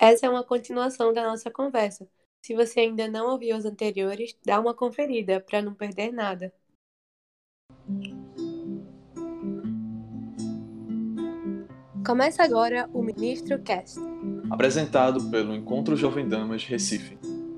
Essa é uma continuação da nossa conversa. Se você ainda não ouviu os anteriores, dá uma conferida para não perder nada. Começa agora o Ministro Cast, apresentado pelo Encontro Jovem Damas Recife.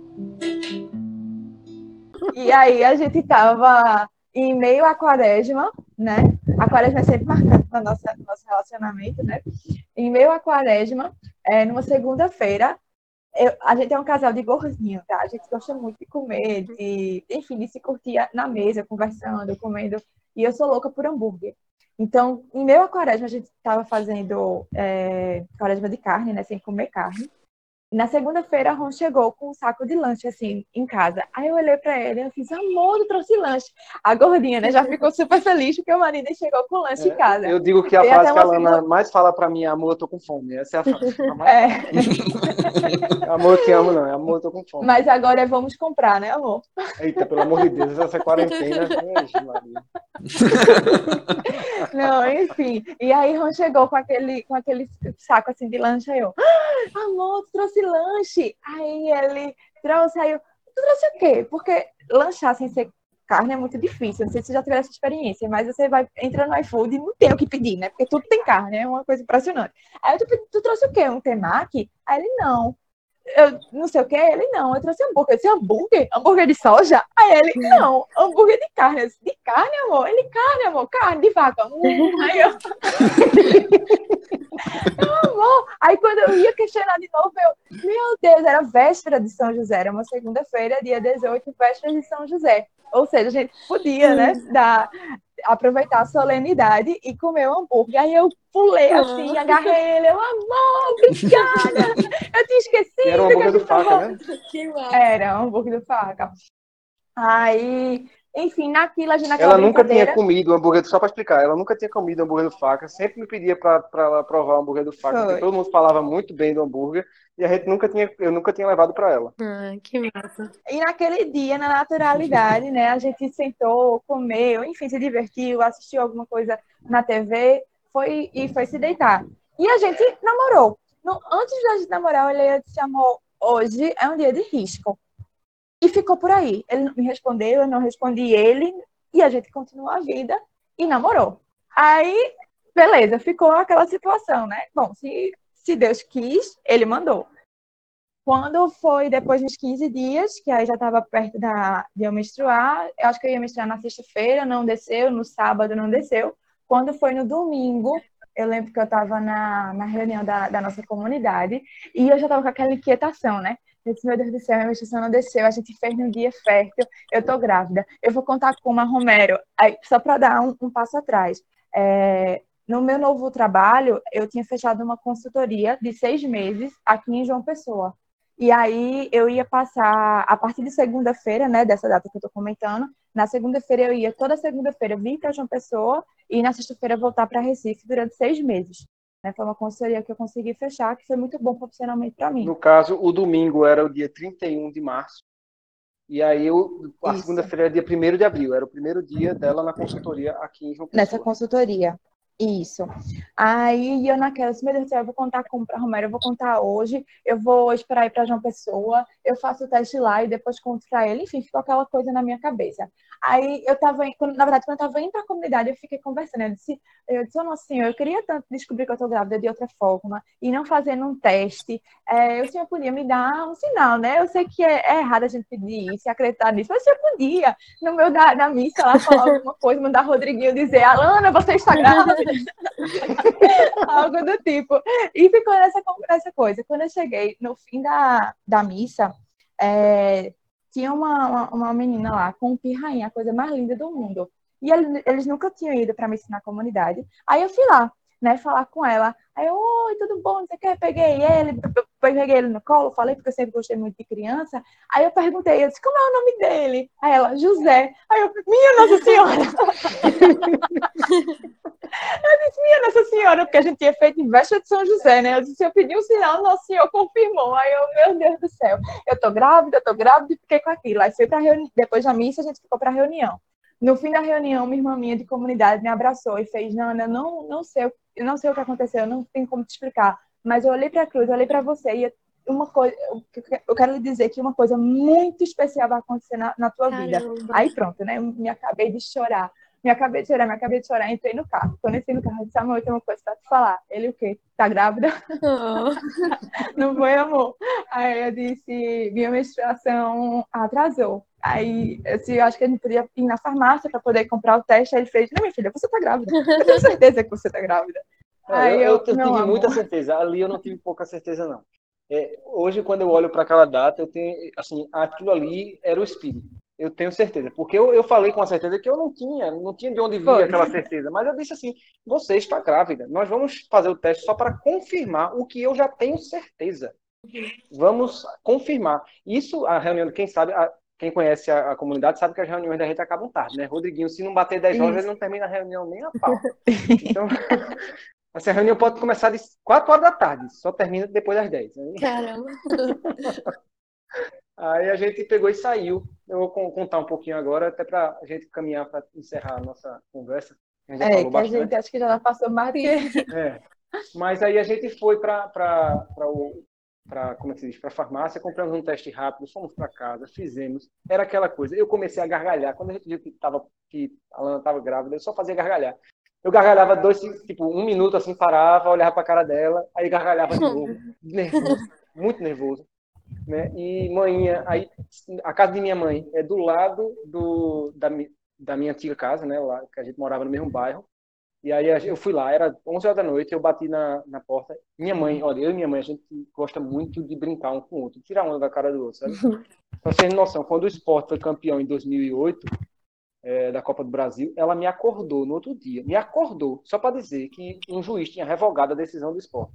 E aí a gente estava em meio à quaresma, né? A quaresma é sempre marcante no nosso relacionamento, né? Em meio à quaresma, numa segunda-feira, a gente é um casal de gordinho, tá? A gente gosta muito de comer, enfim, de se curtir na mesa, conversando, comendo. E eu sou louca por hambúrguer. Então, em meio à quaresma, a gente estava fazendo quaresma de carne, né? Sem comer carne. E na segunda-feira, a Ron chegou com um saco de lanche, assim, em casa. Aí eu olhei pra ele e eu fiz, amor, eu trouxe lanche. A gordinha, né, já ficou super feliz porque o marido chegou com lanche em casa. Eu digo que a frase que a Lana mais fala pra mim é amor, eu tô com fome. Essa é a frase. Amor, eu te amo, não. É amor, eu tô com fome. Mas agora vamos comprar, né, amor? Eita, pelo amor de Deus, essa quarentena. Maria. Não, enfim. E aí Ron chegou com aquele saco assim de lanche. Aí eu, amor, tu trouxe lanche. Aí ele trouxe, aí eu, tu trouxe o quê? Porque lanchar sem ser carne é muito difícil. Não sei se você já tiver essa experiência, mas você vai entrar no iFood e não tem o que pedir, né? Porque tudo tem carne, é uma coisa impressionante. Aí eu, tu trouxe o quê? Um temaki? Aí ele, não. Eu não sei o que, ele não, eu trouxe hambúrguer. Eu disse, hambúrguer? Hambúrguer de soja? Aí ele, não, hambúrguer de carne. Eu disse, de carne, amor? Ele, carne, amor, carne de vaca. Aí eu, amor. Aí quando eu ia questionar de novo, eu, meu Deus, era véspera de São José, era uma segunda-feira, dia 18, véspera de São José. Ou seja, a gente podia, né, aproveitar a solenidade e comer um hambúrguer. Aí eu pulei assim, agarrei ele, eu, amor, obrigada! Eu tinha esquecido. E era um hambúrguer do Faca, né? Era um hambúrguer do Faca. Aí, enfim, naquela ela nunca tinha comido hambúrguer, só para explicar, ela nunca tinha comido hambúrguer do Faca, sempre me pedia para ela provar o hambúrguer do Faca, porque todo mundo falava muito bem do hambúrguer, e eu nunca tinha levado para ela. Que massa. E naquele dia, na naturalidade, né, a gente sentou, comeu, enfim, se divertiu, assistiu alguma coisa na TV, foi se deitar. E a gente namorou. Antes da gente namorar, eu olhei e disse, amor, hoje é um dia de risco. E ficou por aí. Ele não me respondeu, eu não respondi ele, e a gente continuou a vida e namorou. Aí, beleza, ficou aquela situação, né? Bom, se Deus quis, ele mandou. Quando foi depois dos 15 dias, que aí já estava perto de eu menstruar, eu acho que eu ia menstruar na sexta-feira, não desceu, no sábado não desceu. Quando foi no domingo, eu lembro que eu estava na reunião da nossa comunidade, e eu já estava com aquela inquietação, né? Eu disse, meu Deus do céu, a menstruação não desceu, a gente fez num dia fértil, eu tô grávida. Eu vou contar com uma Romero. Aí, só para dar um passo atrás. No meu novo trabalho, eu tinha fechado uma consultoria de 6 meses aqui em João Pessoa. E aí eu ia passar, a partir de segunda-feira, né, dessa data que eu tô comentando, na segunda-feira eu ia, toda segunda-feira, vir para João Pessoa e na sexta-feira voltar para Recife durante 6 meses. Foi uma consultoria que eu consegui fechar, que foi muito bom profissionalmente para mim. No caso, o domingo era o dia 31 de março, e aí a segunda-feira era dia 1º de abril, era o primeiro dia dela na consultoria aqui em João Pessoa. Nessa consultoria. Isso. Aí eu naquela, meu Deus do céu, eu vou contar como para Romero, eu vou contar hoje, eu vou esperar ir para João Pessoa, eu faço o teste lá e depois conto para ele, enfim, ficou aquela coisa na minha cabeça. Aí eu tava, na verdade, quando eu tava indo para a comunidade, eu fiquei conversando, eu disse, oh, nossa senhora, eu queria tanto descobrir que eu tô grávida de outra forma e não fazendo um teste, o senhor podia me dar um sinal, né? Eu sei que é errado a gente pedir isso e acreditar nisso, mas o senhor podia, no meio da missa lá, falar alguma coisa, mandar Rodriguinho dizer, Alana, você está grávida? Algo do tipo. E ficou nessa coisa. Quando eu cheguei no fim da missa, tinha uma menina lá com um pirrainha, a coisa mais linda do mundo. E eles nunca tinham ido para missa na comunidade. Aí eu fui lá, né, falar com ela. Aí eu, oi, tudo bom? Não sei o que, peguei ele no colo, falei, porque eu sempre gostei muito de criança. Aí eu perguntei, eu disse, como é o nome dele? Aí ela, José. Aí eu, minha Nossa Senhora! Eu disse, minha Nossa Senhora, porque a gente tinha feito em véspera de São José, né? Eu disse, eu pedi um sinal, Nosso Senhor confirmou. Aí eu, meu Deus do céu, eu tô grávida, e fiquei com aquilo. Aí fui pra reunião, depois da missa a gente ficou pra reunião. No fim da reunião, minha irmã minha de comunidade me abraçou e fez, Nana, não sei o que aconteceu, eu não tenho como te explicar, mas eu olhei pra cruz, eu olhei pra você uma coisa, eu quero lhe dizer que uma coisa muito especial vai acontecer na tua vida. Caramba. Aí pronto, né? Eu me acabei de chorar. Me acabei de chorar, entrei no carro. Quando eu entrei no carro, eu disse, amor, eu tenho uma coisa pra te falar. Ele, o quê? Tá grávida? Oh. Não foi, amor? Aí eu disse, minha menstruação atrasou. Aí eu disse, eu acho que a gente podia ir na farmácia para poder comprar o teste. Aí ele fez, não, minha filha, você tá grávida. Eu tenho certeza que você tá grávida. Aí Eu meu tive muita amor. certeza. Ali eu não tive pouca certeza, não. Hoje, quando eu olho para aquela data, eu tenho, assim, aquilo ali era o espírito. Eu tenho certeza. Porque eu falei com a certeza que eu não tinha de onde vir Foi. aquela certeza. Mas eu disse assim, você está grávida. Nós vamos fazer o teste só para confirmar o que eu já tenho certeza. Vamos confirmar. Isso, a reunião, quem sabe, quem conhece a comunidade sabe que as reuniões da gente acabam tarde, né? Rodriguinho, se não bater 10 horas, Isso. ele não termina a reunião nem a pau. Então, essa reunião pode começar de 4 horas da tarde, só termina depois das 10. Né? Caramba. Aí a gente pegou e saiu. Eu vou contar um pouquinho agora, até para a gente caminhar para encerrar a nossa conversa. A gente já falou Que a bastante. gente acho que já passou mais do que... Mas aí a gente foi para como é que se diz, para a farmácia, compramos um teste rápido, fomos para casa, fizemos. Era aquela coisa. Eu comecei a gargalhar. Quando a gente viu que a Lana estava grávida, eu só fazia gargalhar. Eu gargalhava tipo, 1 minuto assim, parava, olhava para a cara dela, aí gargalhava de novo. Nervoso, muito nervoso. Né? E manhã, aí a casa de minha mãe é do lado da minha antiga casa, né? Lá, que a gente morava no mesmo bairro. E aí eu fui lá, era 11 horas da noite, eu bati na porta. Minha mãe, olha, eu e minha mãe, a gente gosta muito de brincar um com o outro, tirar uma da cara do outro, sabe? Pra vocês terem noção, quando o Sport foi campeão em 2008, da Copa do Brasil, ela me acordou no outro dia, me acordou, só para dizer que um juiz tinha revogado a decisão do Sport,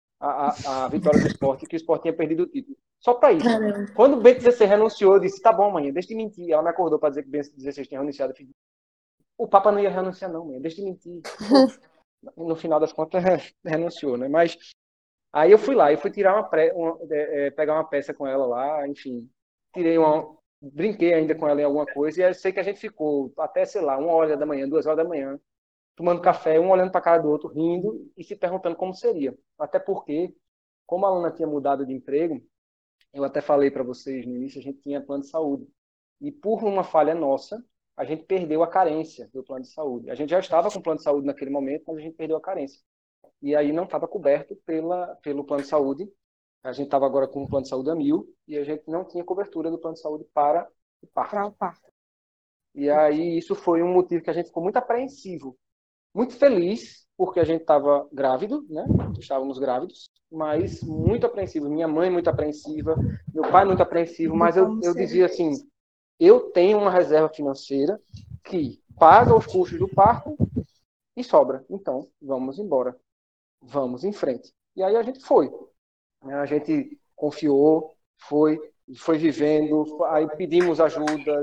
a vitória do Sport, que o Sport tinha perdido o título. Só para isso. Caramba. Quando o Bento 16 renunciou, eu disse, tá bom, mãe, deixa de mentir. Ela me acordou para dizer que o Bento 16 tinha renunciado. Eu fiz, o Papa não ia renunciar, não, mãe. Deixa de mentir. No final das contas, renunciou, né? Mas aí eu fui lá, eu fui tirar pegar uma peça com ela lá, enfim. Brinquei ainda com ela em alguma coisa, e eu sei que a gente ficou até, sei lá, 1 hora da manhã, 2 horas da manhã, tomando café, um olhando para a cara do outro, rindo e se perguntando como seria. Até porque, como a Luna tinha mudado de emprego, eu até falei para vocês no início, a gente tinha plano de saúde. E por uma falha nossa, a gente perdeu a carência do plano de saúde. A gente já estava com plano de saúde naquele momento, mas a gente perdeu a carência. E aí não estava coberto pelo plano de saúde. A gente estava agora com um plano de saúde a 1.000 e a gente não tinha cobertura do plano de saúde para o parto. E aí isso foi um motivo que a gente ficou muito apreensivo. Muito feliz, porque a gente estava grávido, né? Estávamos grávidos, mas muito apreensivo. Minha mãe muito apreensiva, meu pai muito apreensivo, mas eu dizia assim, eu tenho uma reserva financeira que paga os custos do parto e sobra. Então, vamos embora. Vamos em frente. E aí a gente foi. A gente confiou, foi vivendo, aí pedimos ajuda,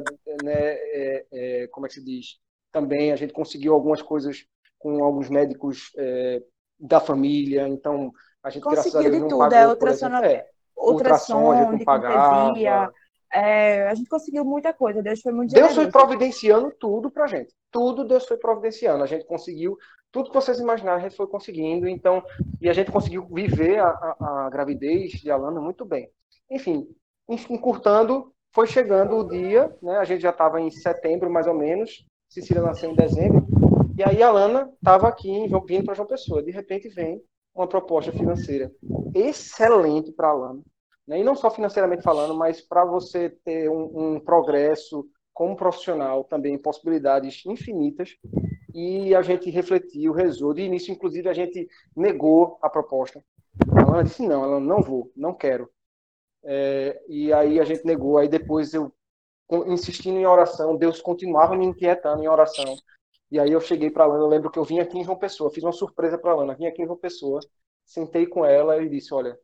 né? Como é que se diz? Também a gente conseguiu algumas coisas com alguns médicos da família, então a gente, graças a Conseguiu Deus, de não tudo, pagou, por exemplo, ultrassom a gente não de anestesia, pagava. a gente conseguiu muita coisa, Deus foi muito Deus foi generoso. providenciando tudo pra gente. Tudo Deus foi providenciando. A gente conseguiu, tudo que vocês imaginaram, a gente foi conseguindo. Então, e a gente conseguiu viver a gravidez de Alana muito bem. Enfim, encurtando, foi chegando o dia, né? A gente já estava em setembro, mais ou menos. Cecília nasceu em dezembro. E aí a Alana estava aqui vindo para João Pessoa. De repente vem uma proposta financeira excelente para a Alana. E não só financeiramente falando, mas para você ter um progresso como profissional, também possibilidades infinitas. E a gente refletiu, rezou. De início, inclusive, a gente negou a proposta. Ela disse, não, ela não vou, não quero. E aí a gente negou. Aí depois eu, insistindo em oração, Deus continuava me inquietando em oração. E aí eu cheguei para a Lana, eu lembro que eu vim aqui em João Pessoa, fiz uma surpresa para a Lana, vim aqui em João Pessoa, sentei com ela e disse, olha,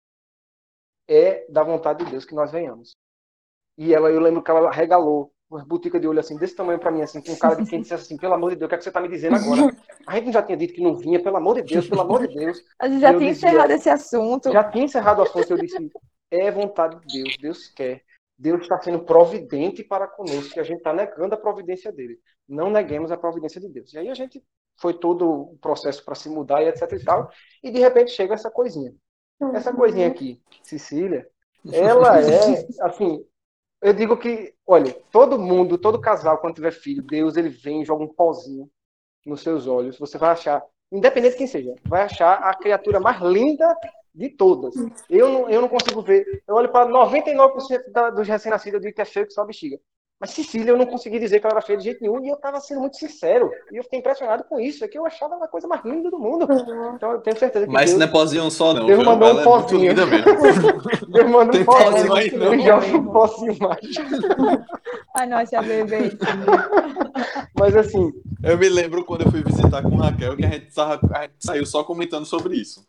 é da vontade de Deus que nós venhamos. E ela, eu lembro que ela regalou uma botica de olho assim, desse tamanho para mim, assim, com um cara de quem dissesse assim, pelo amor de Deus, o que é que você tá me dizendo agora? A gente já tinha dito que não vinha, pelo amor de Deus, pelo amor de Deus. A gente já tinha encerrado esse assunto. Já tinha encerrado o assunto, eu disse, é vontade de Deus, Deus quer. Deus está sendo providente para conosco, e a gente está negando a providência dele. Não neguemos a providência de Deus. E aí a gente foi todo o processo para se mudar e etc e tal, e de repente chega essa coisinha. Essa coisinha aqui, Cecília, ela é, assim, eu digo que, olha, todo mundo, todo casal, quando tiver filho, Deus, ele vem e joga um pozinho nos seus olhos. Você vai achar, independente de quem seja, vai achar a criatura mais linda de todas. Eu não consigo ver. Eu olho para 99% dos recém-nascidos, eu digo que é feio que só a bexiga. Mas Cecília, eu não consegui dizer que ela era feia de jeito nenhum, e eu estava sendo muito sincero. E eu fiquei impressionado com isso. É que eu achava ela a coisa mais linda do mundo. Então eu tenho certeza que Mas isso não Deus, é pozinho só, não, Deus viu? mandou um Ela é muito pozinho. linda mesmo. Deus manda um Tem pozinho. pozinho aí, não. Ele joga um pozinho mágico. A nossa bebê. Mas assim, Eu me lembro quando eu fui visitar com Raquel que a gente saiu só comentando sobre isso.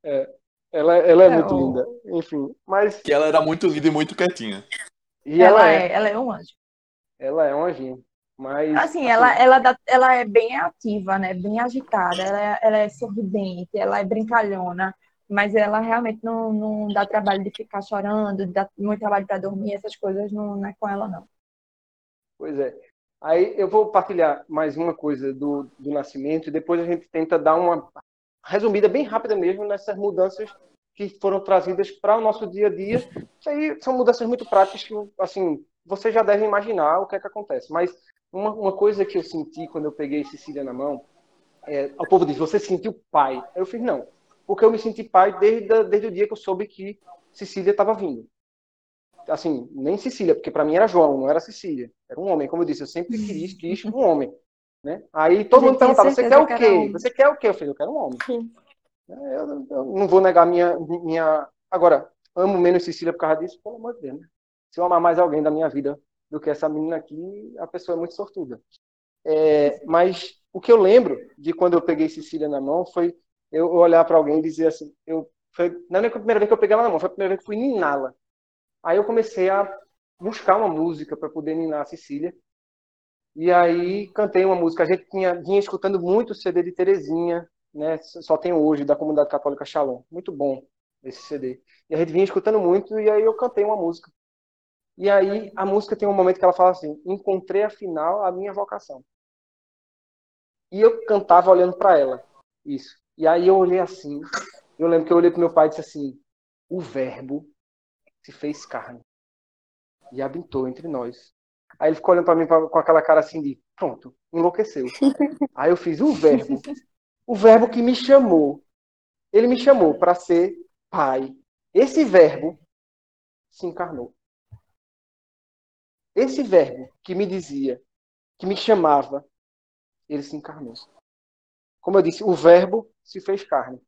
ela é É, muito linda. Enfim, mas. Que ela era muito linda e muito quietinha. E ela é. ela é um anjo. Ela é um anjinho. Mas, Assim, assim, ela é bem ativa, né? Bem agitada, ela é sorridente, ela é brincalhona, mas ela realmente não dá trabalho de ficar chorando, dá muito trabalho para dormir, essas coisas não é com ela, não. pois é. Aí eu vou partilhar mais uma coisa do nascimento e depois a gente tenta dar uma resumida bem rápida mesmo nessas mudanças que foram trazidas para o nosso dia a dia. Isso aí são mudanças muito práticas que, assim, você já deve imaginar o que é que acontece. Mas uma coisa que eu senti quando eu peguei Cecília na mão, o povo diz, você se sentiu pai? Eu fiz, não. Porque eu me senti pai desde o dia que eu soube que Cecília estava vindo. Assim, nem Cecília, porque para mim era João, não era Cecília. Era um homem, como eu disse, eu sempre quis um homem. Né? Aí A todo mundo gente tinha perguntava, você quer certeza o que era quê? homem. Você quer o quê? Eu falei, eu quero um homem. Eu não vou negar minha... Agora, amo menos Cecília por causa disso, pelo amor de Deus. Né? Se eu amar mais alguém da minha vida do que essa menina aqui, a pessoa é muito sortuda. Mas o que eu lembro de quando eu peguei Cecília na mão foi eu olhar para alguém e dizer assim, não é nem a primeira vez que eu peguei ela na mão, foi a primeira vez que fui niná-la. Aí eu comecei a buscar uma música para poder ninar a Cecília. E aí cantei uma música. A gente vinha escutando muito o CD de Terezinha, né? Só tem hoje, da Comunidade Católica Shalom. Muito bom esse CD. E a gente vinha escutando muito e aí eu cantei uma música. E aí a música tem um momento que ela fala assim, encontrei afinal a minha vocação. E eu cantava olhando para ela. Isso. E aí eu olhei assim, eu lembro que eu olhei para meu pai e disse assim, o verbo se fez carne e habitou entre nós. Aí ele ficou olhando para mim com aquela cara assim de, pronto, enlouqueceu. Aí eu fiz o verbo que me chamou. Ele me chamou para ser pai. Esse verbo se encarnou. Esse verbo que me dizia, que me chamava, ele se encarnou. Como eu disse, o verbo se fez carne.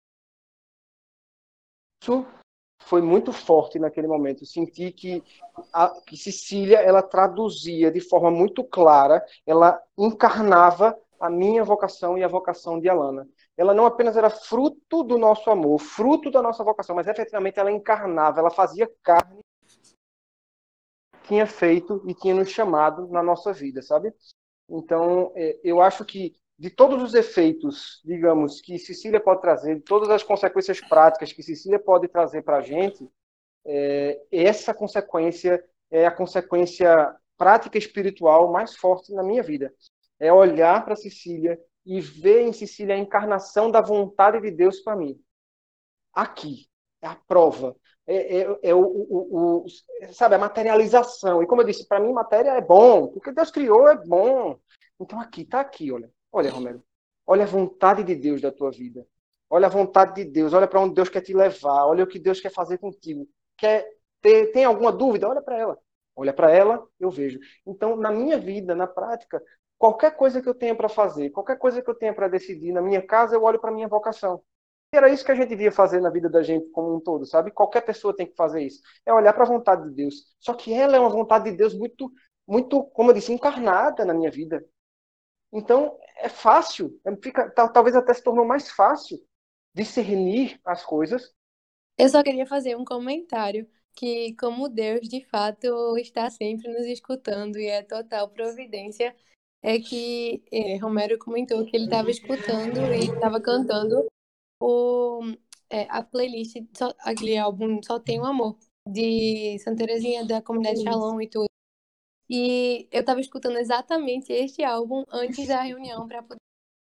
Isso foi muito forte naquele momento. Eu senti que Cecília, ela traduzia de forma muito clara, ela encarnava a minha vocação e a vocação de Alana. Ela não apenas era fruto do nosso amor, fruto da nossa vocação, mas efetivamente ela encarnava, ela fazia carne, tinha feito e tinha nos chamado na nossa vida, sabe? Então, eu acho que de todos os efeitos, digamos, que Cecília pode trazer, de todas as consequências práticas que Cecília pode trazer para a gente, essa consequência é a consequência prática espiritual mais forte na minha vida. É olhar para Cecília e ver em Cecília a encarnação da vontade de Deus para mim. Aqui, é a prova. Sabe, a materialização. E como eu disse, para mim matéria é bom, porque Deus criou é bom. Então aqui, tá aqui, olha. Olha, Romero. Olha a vontade de Deus da tua vida. Olha a vontade de Deus. Olha para onde Deus quer te levar. Olha o que Deus quer fazer contigo. Tem alguma dúvida? Olha para ela. Olha para ela, eu vejo. Então, na minha vida, na prática, qualquer coisa que eu tenha para fazer, qualquer coisa que eu tenha para decidir na minha casa, eu olho para a minha vocação. E era isso que a gente devia fazer na vida da gente como um todo, sabe? Qualquer pessoa tem que fazer isso. É olhar para a vontade de Deus. Só que ela é uma vontade de Deus muito, muito, como eu disse, encarnada na minha vida. Então, é fácil. Talvez até se tornou mais fácil discernir as coisas. Eu só queria fazer um comentário que, como Deus de fato está sempre nos escutando e é total providência, é que Romero comentou que ele estava escutando e estava cantando o, a playlist, aquele álbum Só Tenho Amor, de Santa Teresinha, da Comunidade Shalom e tudo. E eu estava escutando exatamente este álbum antes da reunião para poder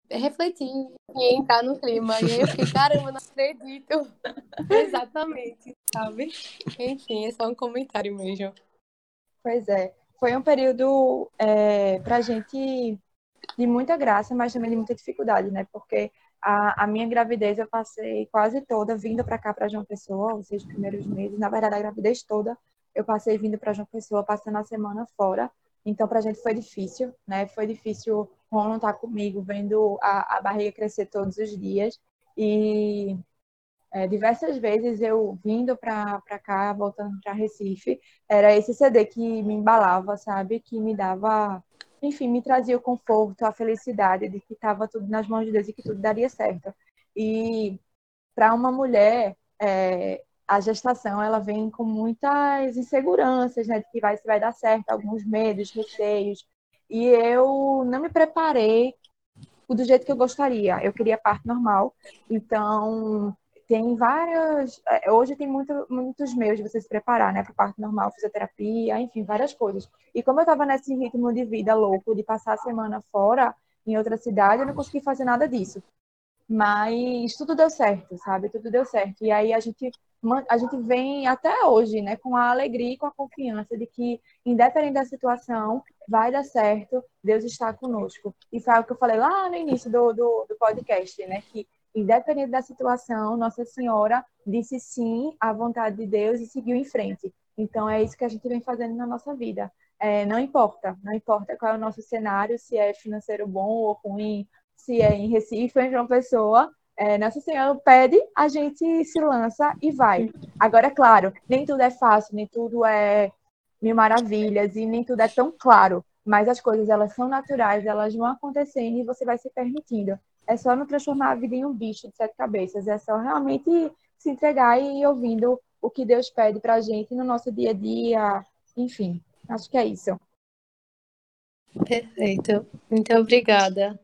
refletir e entrar no clima. E aí eu fiquei, caramba, não acredito. Exatamente, sabe? Enfim, é só um comentário mesmo. Pois é. Foi um período para a gente de muita graça, mas também de muita dificuldade, né? Porque a minha gravidez eu passei quase toda vindo para cá, para João Pessoa, os 6 primeiros meses. Na verdade, a gravidez toda eu passei vindo para João Pessoa, passando a semana fora. Então, para a gente foi difícil, né? Foi difícil o Ronald estar comigo, vendo a barriga crescer todos os dias. E diversas vezes eu vindo para cá, voltando para Recife, era esse CD que me embalava, sabe? Que me dava, enfim, me trazia o conforto, a felicidade de que estava tudo nas mãos de Deus e que tudo daria certo. E para uma mulher, a gestação ela vem com muitas inseguranças, né? De que se vai dar certo, alguns medos, receios. E eu não me preparei do jeito que eu gostaria. Eu queria parto normal, então tem várias. Hoje tem muitos meios de você se preparar, né, para o parto normal, fisioterapia, enfim, várias coisas. E como eu estava nesse ritmo de vida louco, de passar a semana fora, em outra cidade, eu não consegui fazer nada disso. Mas tudo deu certo, sabe? Tudo deu certo. E aí a gente vem até hoje, né, com a alegria e com a confiança de que, independente da situação, vai dar certo, Deus está conosco. E foi o que eu falei lá no início do podcast, né? Que, independente da situação, Nossa Senhora disse sim à vontade de Deus e seguiu em frente. Então, é isso que a gente vem fazendo na nossa vida. Não importa qual é o nosso cenário, se é financeiro bom ou ruim, se é em Recife ou em João Pessoa, Nossa Senhora pede, a gente se lança e vai. Agora, é claro, nem tudo é fácil, nem tudo é mil maravilhas e nem tudo é tão claro, mas as coisas elas são naturais, elas vão acontecendo e você vai se permitindo. É só não transformar a vida em um bicho de 7 cabeças, é só realmente se entregar e ir ouvindo o que Deus pede para a gente no nosso dia a dia, enfim, acho que é isso. Perfeito. Muito obrigada.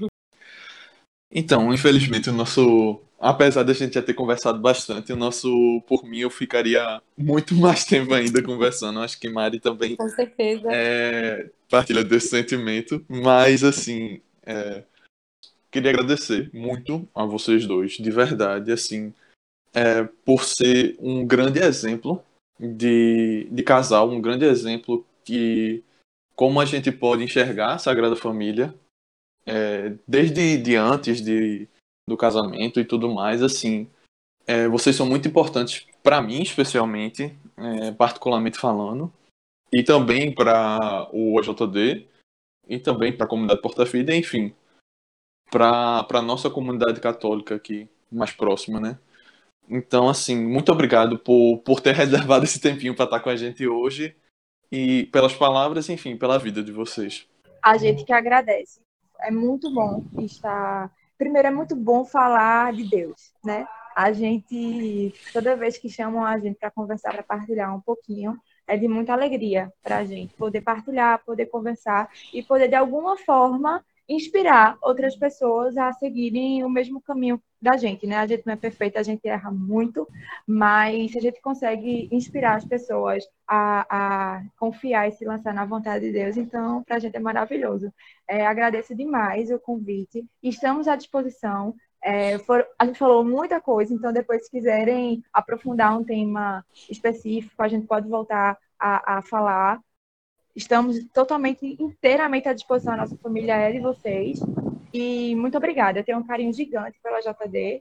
Então, infelizmente, apesar da gente já ter conversado bastante, por mim, eu ficaria muito mais tempo ainda conversando. Acho que Mari também Com certeza. partilha desse sentimento. Mas, assim, queria agradecer muito a vocês dois, de verdade, assim, por ser um grande exemplo de casal, um grande exemplo que como a gente pode enxergar a Sagrada Família desde antes do casamento e tudo mais, assim, vocês são muito importantes para mim, especialmente, particularmente falando, e também para o AJD, e também para a comunidade Porta Vida, enfim, para a nossa comunidade católica aqui, mais próxima, né? Então, assim, muito obrigado por ter reservado esse tempinho para estar com a gente hoje e pelas palavras, enfim, pela vida de vocês. A gente que agradece. É muito bom estar. Primeiro, é muito bom falar de Deus, né? A gente, toda vez que chamam a gente para conversar, para partilhar um pouquinho, é de muita alegria para a gente poder partilhar, poder conversar e poder, de alguma forma, inspirar outras pessoas a seguirem o mesmo caminho da gente, né? A gente não é perfeita, a gente erra muito, mas se a gente consegue inspirar as pessoas a confiar e se lançar na vontade de Deus, então para a gente é maravilhoso. Agradeço demais o convite, estamos à disposição. A gente falou muita coisa, então depois, se quiserem aprofundar um tema específico, a gente pode voltar a falar. Estamos totalmente, inteiramente à disposição da nossa família, ela e vocês. E muito obrigada. Eu tenho um carinho gigante pela JD.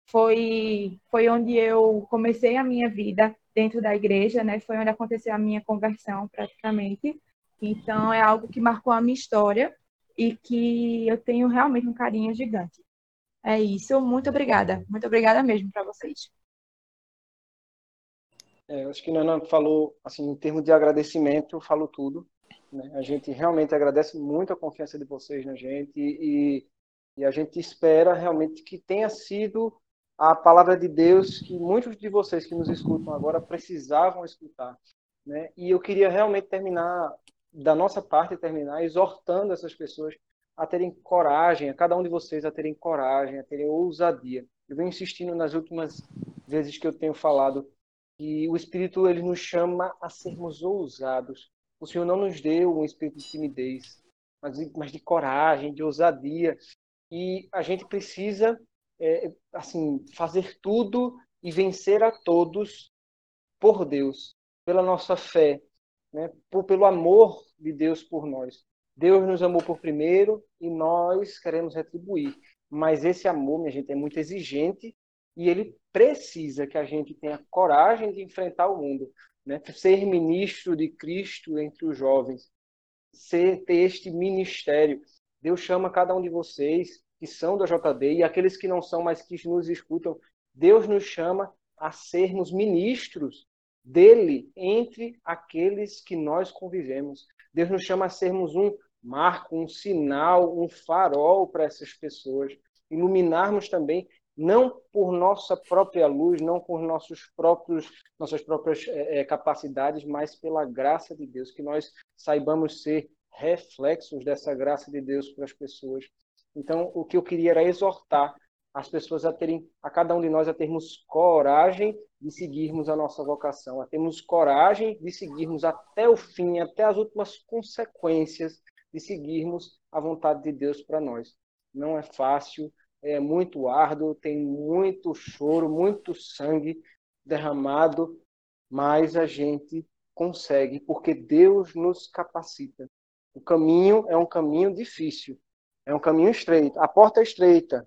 Foi onde eu comecei a minha vida dentro da igreja, né? Foi onde aconteceu a minha conversão, praticamente. Então, é algo que marcou a minha história e que eu tenho realmente um carinho gigante. É isso. Muito obrigada. Muito obrigada mesmo para vocês. Acho que Nana falou, assim, em termos de agradecimento, falou tudo, né? A gente realmente agradece muito a confiança de vocês na gente e a gente espera realmente que tenha sido a palavra de Deus que muitos de vocês que nos escutam agora precisavam escutar, né? E eu queria realmente terminar, da nossa parte, terminar exortando essas pessoas a terem coragem, a cada um de vocês a terem coragem, a terem ousadia. Eu venho insistindo nas últimas vezes que eu tenho falado e o Espírito ele nos chama a sermos ousados. O Senhor não nos deu um espírito de timidez, mas de coragem, de ousadia. E a gente precisa assim, fazer tudo e vencer a todos por Deus, pela nossa fé, né? Pelo amor de Deus por nós. Deus nos amou por primeiro e nós queremos retribuir. Mas esse amor, minha gente, é muito exigente e ele precisa que a gente tenha coragem de enfrentar o mundo, né? Ser ministro de Cristo entre os jovens, ter este ministério. Deus chama cada um de vocês que são da JD e aqueles que não são, mas que nos escutam. Deus nos chama a sermos ministros dele entre aqueles que nós convivemos. Deus nos chama a sermos um marco, um sinal, um farol para essas pessoas. Iluminarmos também, não por nossa própria luz, não por nossas próprias capacidades, mas pela graça de Deus, que nós saibamos ser reflexos dessa graça de Deus para as pessoas. Então, o que eu queria era exortar as pessoas a cada um de nós a termos coragem de seguirmos a nossa vocação, a termos coragem de seguirmos até o fim, até as últimas consequências, de seguirmos a vontade de Deus para nós. Não é fácil, é muito árduo, tem muito choro, muito sangue derramado, mas a gente consegue, porque Deus nos capacita. O caminho é um caminho difícil, é um caminho estreito. A porta é estreita,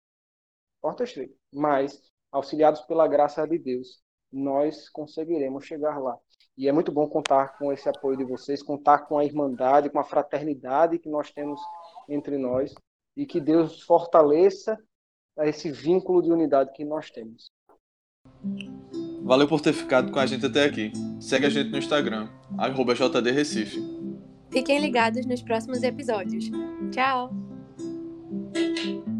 mas auxiliados pela graça de Deus, nós conseguiremos chegar lá. E é muito bom contar com esse apoio de vocês, contar com a irmandade, com a fraternidade que nós temos entre nós e que Deus fortaleça esse vínculo de unidade que nós temos. Valeu por ter ficado com a gente até aqui. Segue a gente no Instagram, @JDRecife. Fiquem ligados nos próximos episódios. Tchau!